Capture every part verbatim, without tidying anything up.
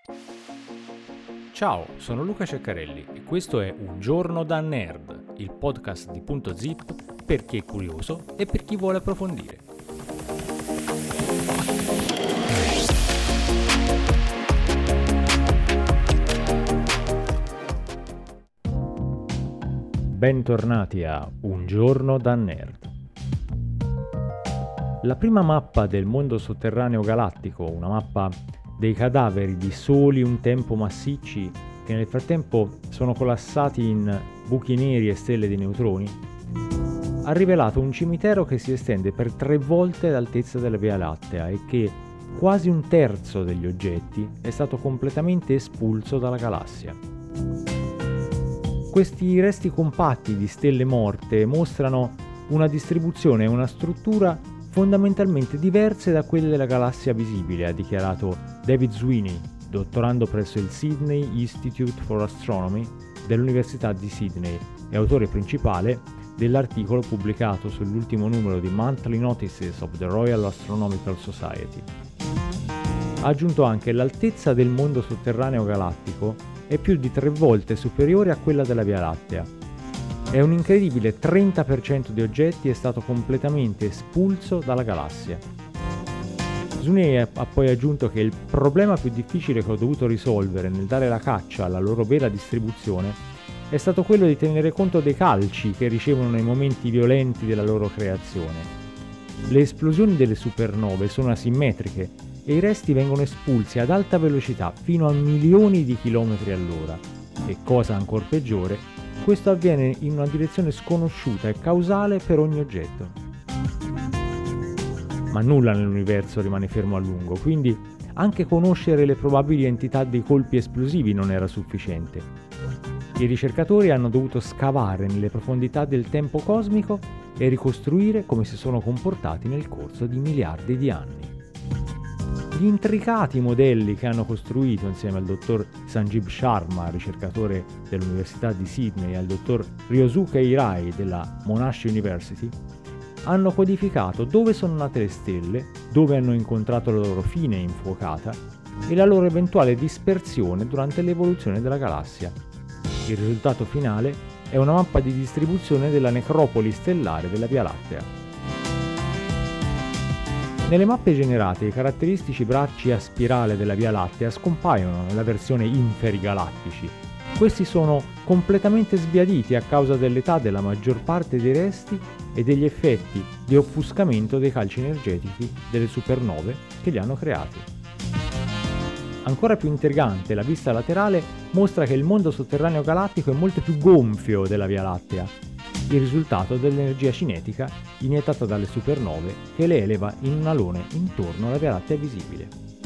Ciao, sono Luca Ceccarelli e questo è Un giorno da nerd, il podcast di Punto Zip per chi è curioso e per chi vuole approfondire. Bentornati a Un giorno da nerd. La prima mappa del mondo sotterraneo galattico, una mappa dei cadaveri di soli un tempo massicci che nel frattempo sono collassati in buchi neri e stelle di neutroni, ha rivelato un cimitero che si estende per tre volte l'altezza della Via Lattea e che quasi un terzo degli oggetti è stato completamente espulso dalla galassia. Questi resti compatti di stelle morte mostrano una distribuzione e una struttura fondamentalmente diverse da quelle della galassia visibile, ha dichiarato David Sweeney, dottorando presso il Sydney Institute for Astronomy dell'Università di Sydney e autore principale dell'articolo pubblicato sull'ultimo numero di Monthly Notices of the Royal Astronomical Society. Ha aggiunto anche che l'altezza del mondo sotterraneo galattico è più di tre volte superiore a quella della Via Lattea. E un incredibile trenta per cento di oggetti è stato completamente espulso dalla galassia. Sweeney ha poi aggiunto che il problema più difficile che ho dovuto risolvere nel dare la caccia alla loro vera distribuzione è stato quello di tenere conto dei calci che ricevono nei momenti violenti della loro creazione. Le esplosioni delle supernove sono asimmetriche e i resti vengono espulsi ad alta velocità fino a milioni di chilometri all'ora. E cosa ancora peggiore, questo avviene in una direzione sconosciuta e causale per ogni oggetto. Ma nulla nell'universo rimane fermo a lungo, quindi anche conoscere le probabili entità dei colpi esplosivi non era sufficiente. I ricercatori hanno dovuto scavare nelle profondità del tempo cosmico e ricostruire come si sono comportati nel corso di miliardi di anni. Gli intricati modelli che hanno costruito insieme al dottor Sanjeev Sharma, ricercatore dell'Università di Sydney, e al dottor Ryosuke Hirai della Monash University, hanno codificato dove sono nate le stelle, dove hanno incontrato la loro fine infuocata e la loro eventuale dispersione durante l'evoluzione della galassia. Il risultato finale è una mappa di distribuzione della necropoli stellare della Via Lattea. Nelle mappe generate i caratteristici bracci a spirale della Via Lattea scompaiono nella versione inferi galattici. Questi sono completamente sbiaditi a causa dell'età della maggior parte dei resti e degli effetti di offuscamento dei calci energetici delle supernove che li hanno creati. Ancora più intrigante, la vista laterale mostra che il mondo sotterraneo galattico è molto più gonfio della Via Lattea, il risultato dell'energia cinetica iniettata dalle supernove che le eleva in un alone intorno alla Via Lattea visibile.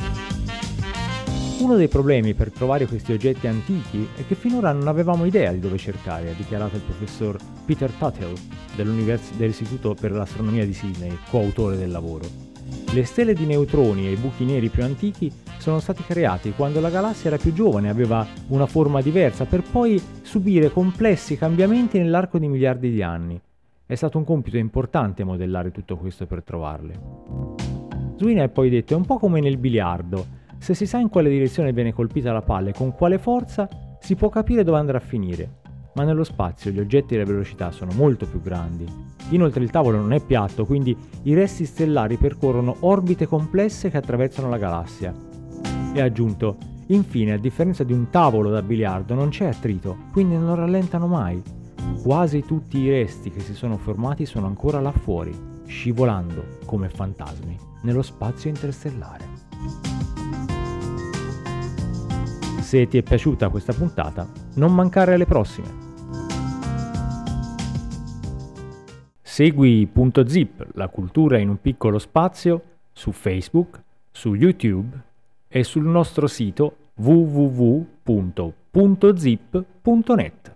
Uno dei problemi per trovare questi oggetti antichi è che finora non avevamo idea di dove cercare, ha dichiarato il professor Peter Tuttle dell'Istituto per l'Astronomia di Sydney, coautore del lavoro. Le stelle di neutroni e i buchi neri più antichi sono stati creati quando la galassia era più giovane e aveva una forma diversa, per poi subire complessi cambiamenti nell'arco di miliardi di anni. È stato un compito importante modellare tutto questo per trovarle. Sweeney ha poi detto: è un po' come nel biliardo. Se si sa in quale direzione viene colpita la palla e con quale forza, si può capire dove andrà a finire. Ma nello spazio gli oggetti e le velocità sono molto più grandi. Inoltre il tavolo non è piatto, quindi i resti stellari percorrono orbite complesse che attraversano la galassia. E ha aggiunto: infine, a differenza di un tavolo da biliardo non c'è attrito, quindi non rallentano mai. Quasi tutti i resti che si sono formati sono ancora là fuori, scivolando come fantasmi nello spazio interstellare. Se ti è piaciuta questa puntata, non mancare alle prossime. Segui Punto Zip, la cultura in un piccolo spazio, su Facebook, su YouTube e sul nostro sito w w w punto punto zip punto net.